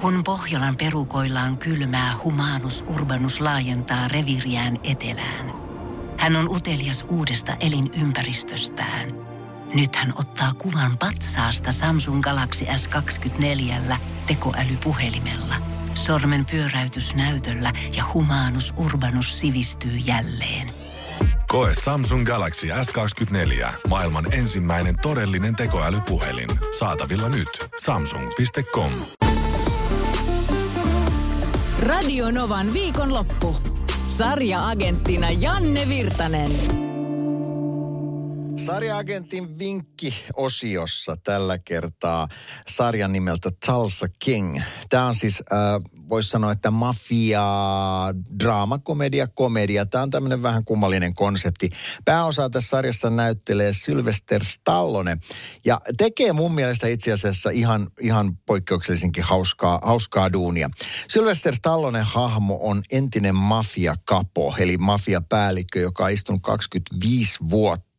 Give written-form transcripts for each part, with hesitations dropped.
Kun Pohjolan perukoillaan kylmää, Humanus Urbanus laajentaa reviiriään etelään. Hän on utelias uudesta elinympäristöstään. Nyt hän ottaa kuvan patsaasta Samsung Galaxy S24 tekoälypuhelimella. Sormen pyöräytys näytöllä ja Humanus Urbanus sivistyy jälleen. Koe Samsung Galaxy S24. Maailman ensimmäinen todellinen tekoälypuhelin. Saatavilla nyt. Samsung.com. Radio Novan viikonloppu. Sarja-agenttina Janne Virtanen. Sarja-agentin vinkki-osiossa tällä kertaa sarjan nimeltä Tulsa King. Tämä on siis, voisi sanoa, että mafia, draamakomedia. Tämä on tämmöinen vähän kummallinen konsepti. Pääosaa tässä sarjassa näyttelee Sylvester Stallone ja tekee mun mielestä itse asiassa ihan poikkeuksellisenkin hauskaa duunia. Sylvester Stallonen hahmo on entinen mafiakapo, eli mafiapäällikkö, joka on istunut 25 vuotta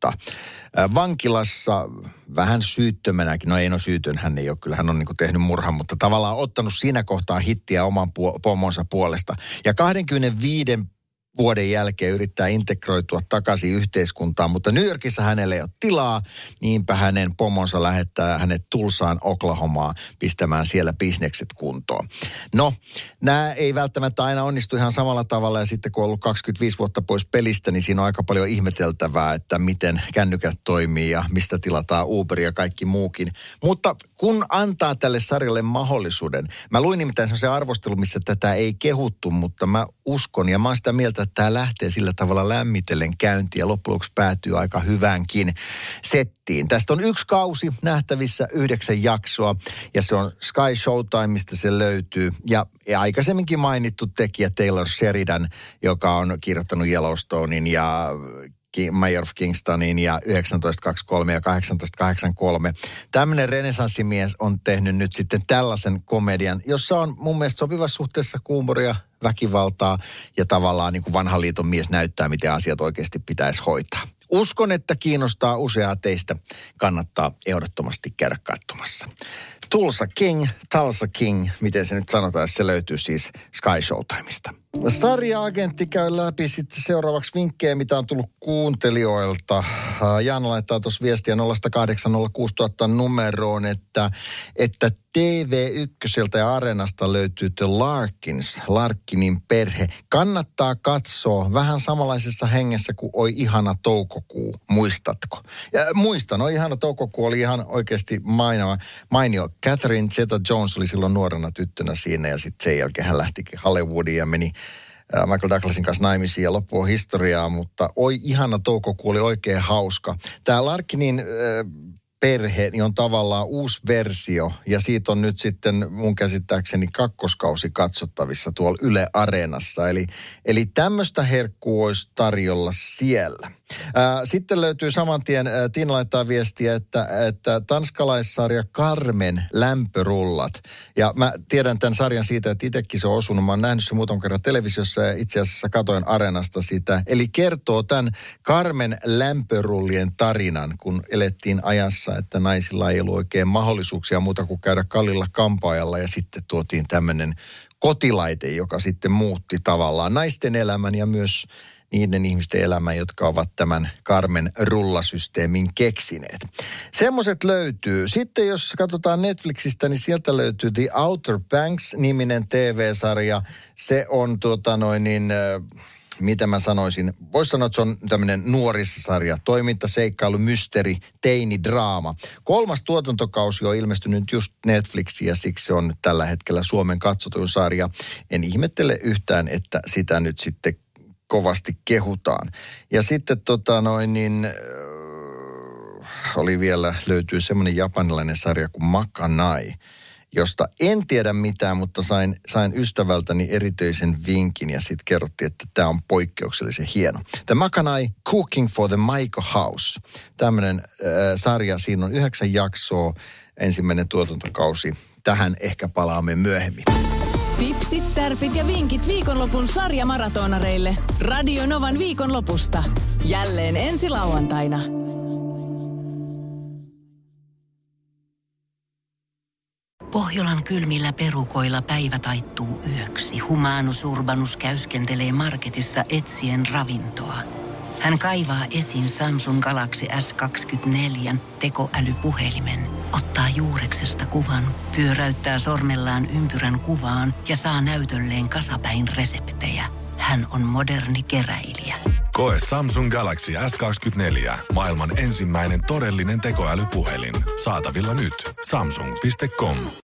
vankilassa vähän syyttömänäkin. No ei syytön, hän ei ole. Kyllä hän on niin kuin tehnyt murhan, mutta tavallaan ottanut siinä kohtaa hittiä oman pomonsa puolesta. Ja 25 vuoden jälkeen yrittää integroitua takaisin yhteiskuntaan, mutta New Yorkissa hänelle ei ole tilaa, niinpä hänen pomonsa lähettää hänet Tulsaan Oklahomaan pistämään siellä bisnekset kuntoon. No, nämä ei välttämättä aina onnistu ihan samalla tavalla ja sitten kun on ollut 25 vuotta pois pelistä, niin siinä on aika paljon ihmeteltävää, että miten kännykät toimii ja mistä tilataan Uber ja kaikki muukin. Mutta kun antaa tälle sarjalle mahdollisuuden, mä luin nimittäin sellaisen arvostelun, missä tätä ei kehuttu, mutta mä uskon ja mä oon sitä mieltä, että tämä lähtee sillä tavalla lämmitellen käyntiin ja loppujen lopuksi päätyy aika hyvänkin settiin. Tästä on 1 kausi nähtävissä, 9 jaksoa ja se on Sky Showtime, mistä se löytyy. Ja aikaisemminkin mainittu tekijä Taylor Sheridan, joka on kirjoittanut Yellowstonein ja Mayor of Kingstonin ja 1923 ja 1883. Tämmöinen renesanssimies on tehnyt nyt sitten tällaisen komedian, jossa on mun mielestä sopivassa suhteessa huumoria, väkivaltaa ja tavallaan niin kuin vanhan liiton mies näyttää, miten asiat oikeasti pitäisi hoitaa. Uskon, että kiinnostaa useaa teistä. Kannattaa ehdottomasti käydä katsomassa. Tulsa King, miten se nyt sanotaan, se löytyy siis Sky Showtimeista. Sarja-agentti käy läpi sitten seuraavaksi vinkkejä, mitä on tullut kuuntelijoilta. Jaana laittaa tuossa viestiä 0806000 numeroon, että TV1 ja Areenasta löytyy The Larkinin perhe. Kannattaa katsoa vähän samanlaisessa hengessä kuin Oi ihana toukokuu. Muistatko? Ja muistan, Oi ihana toukokuu oli ihan oikeasti mainio. Catherine Zeta-Jones oli silloin nuorena tyttönä siinä ja sitten sen jälkeen hän lähtikin Hollywoodiin ja meni Michael Douglasin kanssa naimisiin ja loppu on historiaa, mutta Oi ihana toukokuu oli oikein hauska. Tämä Larkinin perhe niin on tavallaan uusi versio ja siitä on nyt sitten mun käsittääkseni 2. kausi katsottavissa tuolla Yle Areenassa. Eli tämmöistä herkkua olisi tarjolla siellä. Sitten löytyy saman tien, Tiina laittaa viestiä, että tanskalaissarja Carmen lämpörullat. Ja mä tiedän tämän sarjan siitä, että itsekin se on osunut. Mä oon nähnyt se muutaman kerran televisiossa ja itse asiassa katoin Areenasta sitä. Eli kertoo tämän Carmen lämpörullien tarinan, kun elettiin ajassa, että naisilla ei ollut oikein mahdollisuuksia muuta kuin käydä kalilla kampaajalla ja sitten tuotiin tämmöinen kotilaite, joka sitten muutti tavallaan naisten elämän ja myös niiden ihmisten elämän, jotka ovat tämän Carmen rullasysteemin keksineet. Semmoiset löytyy. Sitten jos katsotaan Netflixistä, niin sieltä löytyy The Outer Banks-niminen TV-sarja. Se on mitä mä sanoisin, voisi sanoa, että se on tämmöinen nuorisosarja, toiminta, seikkailu, mysteeri, teini, draama. 3. tuotantokausi on ilmestynyt just Netflixiin ja siksi se on nyt tällä hetkellä Suomen katsotuin sarja. En ihmettele yhtään, että sitä nyt sitten kovasti kehutaan. Ja sitten löytyy semmoinen japanilainen sarja kuin Makanai, josta en tiedä mitään, mutta sain ystävältäni erityisen vinkin ja sitten kerrottiin, että tämä on poikkeuksellisen hieno. The Makanai Cooking for the Maiko House. Tämmöinen sarja, siinä on 9 jaksoa, ensimmäinen tuotantokausi. Tähän ehkä palaamme myöhemmin. Tipsit, tärpit ja vinkit viikonlopun sarjamaratonareille. Radio Novan viikonlopusta. Jälleen ensi lauantaina. Pohjolan kylmillä perukoilla päivä taittuu yöksi. Humanus Urbanus käyskentelee marketissa etsien ravintoa. Hän kaivaa esiin Samsung Galaxy S24 tekoälypuhelimen, ottaa juureksesta kuvan, pyöräyttää sormellaan ympyrän kuvaan ja saa näytölleen kasapäin reseptejä. Hän on moderni keräilijä. Koe Samsung Galaxy S24. Maailman ensimmäinen todellinen tekoälypuhelin. Saatavilla nyt. Samsung.com.